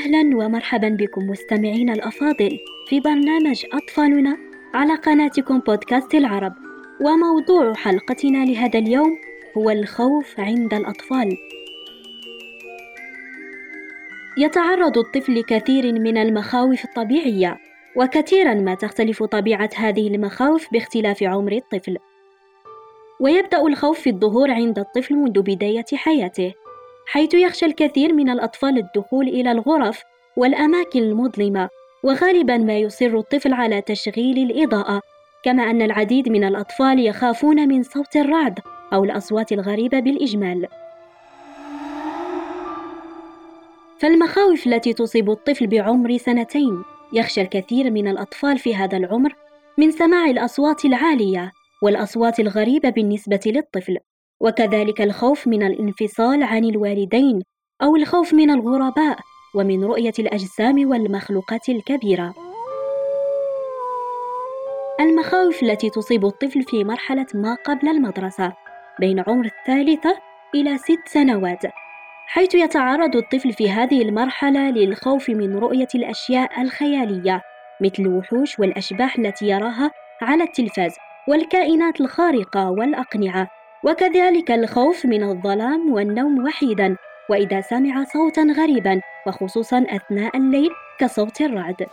أهلا ومرحبا بكم مستمعين الأفاضل في برنامج أطفالنا على قناتكم بودكاست العرب. وموضوع حلقتنا لهذا اليوم هو الخوف عند الأطفال. يتعرض الطفل لكثير من المخاوف الطبيعية، وكثيرا ما تختلف طبيعة هذه المخاوف باختلاف عمر الطفل. ويبدأ الخوف في الظهور عند الطفل منذ بداية حياته، حيث يخشى الكثير من الأطفال الدخول إلى الغرف والأماكن المظلمة، وغالباً ما يصر الطفل على تشغيل الإضاءة، كما أن العديد من الأطفال يخافون من صوت الرعد أو الأصوات الغريبة بالإجمال. فالمخاوف التي تصيب الطفل بعمر 2 يخشى الكثير من الأطفال في هذا العمر من سماع الأصوات العالية والأصوات الغريبة بالنسبة للطفل، وكذلك الخوف من الانفصال عن الوالدين أو الخوف من الغرباء ومن رؤية الأجسام والمخلوقات الكبيرة. المخاوف التي تصيب الطفل في مرحلة ما قبل المدرسة بين عمر 3 إلى 6 سنوات، حيث يتعرض الطفل في هذه المرحلة للخوف من رؤية الأشياء الخيالية مثل الوحوش والأشباح التي يراها على التلفاز والكائنات الخارقة والأقنعة، وكذلك الخوف من الظلام والنوم وحيداً وإذا سمع صوتاً غريباً، وخصوصاً أثناء الليل كصوت الرعد.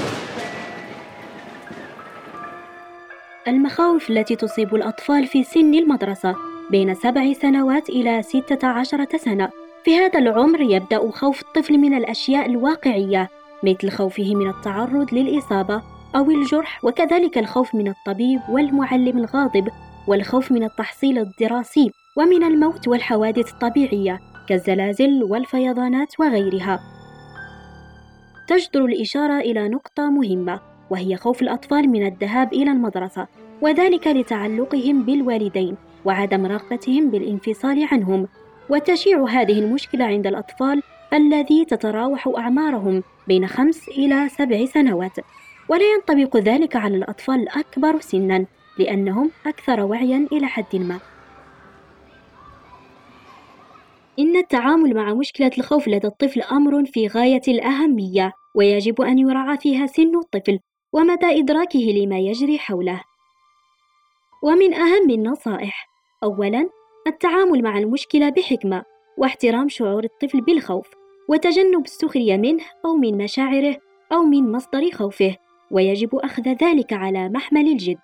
المخاوف التي تصيب الأطفال في سن المدرسة بين 7 سنوات إلى 16 سنة، في هذا العمر يبدأ خوف الطفل من الأشياء الواقعية مثل خوفه من التعرض للإصابة أو الجرح، وكذلك الخوف من الطبيب والمعلم الغاضب، والخوف من التحصيل الدراسي ومن الموت والحوادث الطبيعية كالزلازل والفيضانات وغيرها. تجدر الإشارة إلى نقطة مهمة، وهي خوف الأطفال من الذهاب إلى المدرسة، وذلك لتعلقهم بالوالدين وعدم رغبتهم بالانفصال عنهم. وتشيع هذه المشكلة عند الأطفال الذي تتراوح أعمارهم بين 5 إلى 7 سنوات، ولا ينطبق ذلك على الأطفال الأكبر سناً لأنهم أكثر وعياً إلى حد ما. إن التعامل مع مشكلة الخوف لدى الطفل أمر في غاية الأهمية، ويجب أن يراعى فيها سن الطفل ومدى إدراكه لما يجري حوله. ومن أهم النصائح: أولاً، التعامل مع المشكلة بحكمة واحترام شعور الطفل بالخوف، وتجنب السخرية منه أو من مشاعره أو من مصدر خوفه، ويجب أخذ ذلك على محمل الجد.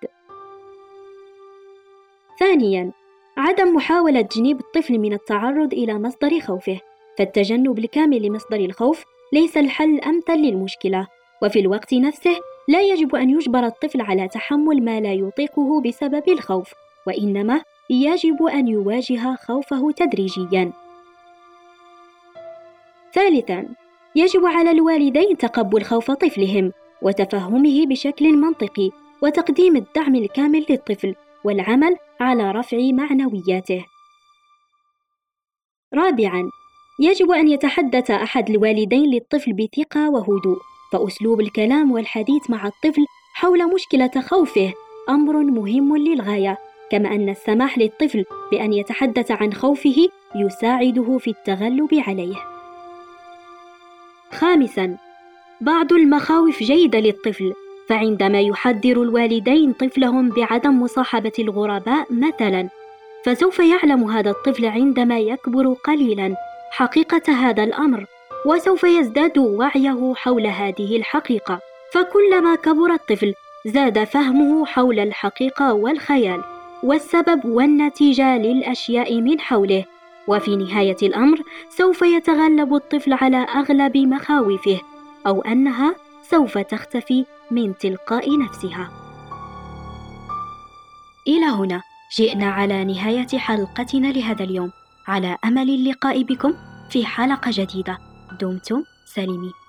ثانياً، عدم محاولة تجنيب الطفل من التعرض إلى مصدر خوفه، فالتجنب الكامل لمصدر الخوف ليس الحل الأمثل للمشكلة، وفي الوقت نفسه لا يجب أن يجبر الطفل على تحمل ما لا يطيقه بسبب الخوف، وإنما يجب أن يواجه خوفه تدريجياً. ثالثاً، يجب على الوالدين تقبل خوف طفلهم وتفهمه بشكل منطقي، وتقديم الدعم الكامل للطفل والعمل على رفع معنوياته. رابعاً، يجب أن يتحدث أحد الوالدين للطفل بثقة وهدوء، فأسلوب الكلام والحديث مع الطفل حول مشكلة خوفه أمر مهم للغاية، كما أن السماح للطفل بأن يتحدث عن خوفه يساعده في التغلب عليه. خامساً، بعض المخاوف جيدة للطفل، فعندما يحذر الوالدين طفلهم بعدم مصاحبة الغرباء مثلاً، فسوف يعلم هذا الطفل عندما يكبر قليلاً حقيقة هذا الأمر، وسوف يزداد وعيه حول هذه الحقيقة، فكلما كبر الطفل زاد فهمه حول الحقيقة والخيال والسبب والنتيجة للأشياء من حوله، وفي نهاية الأمر سوف يتغلب الطفل على أغلب مخاوفه، أو أنها سوف تختفي من تلقاء نفسها. إلى هنا جئنا على نهاية حلقتنا لهذا اليوم، على أمل اللقاء بكم في حلقة جديدة. دمتم سالمين.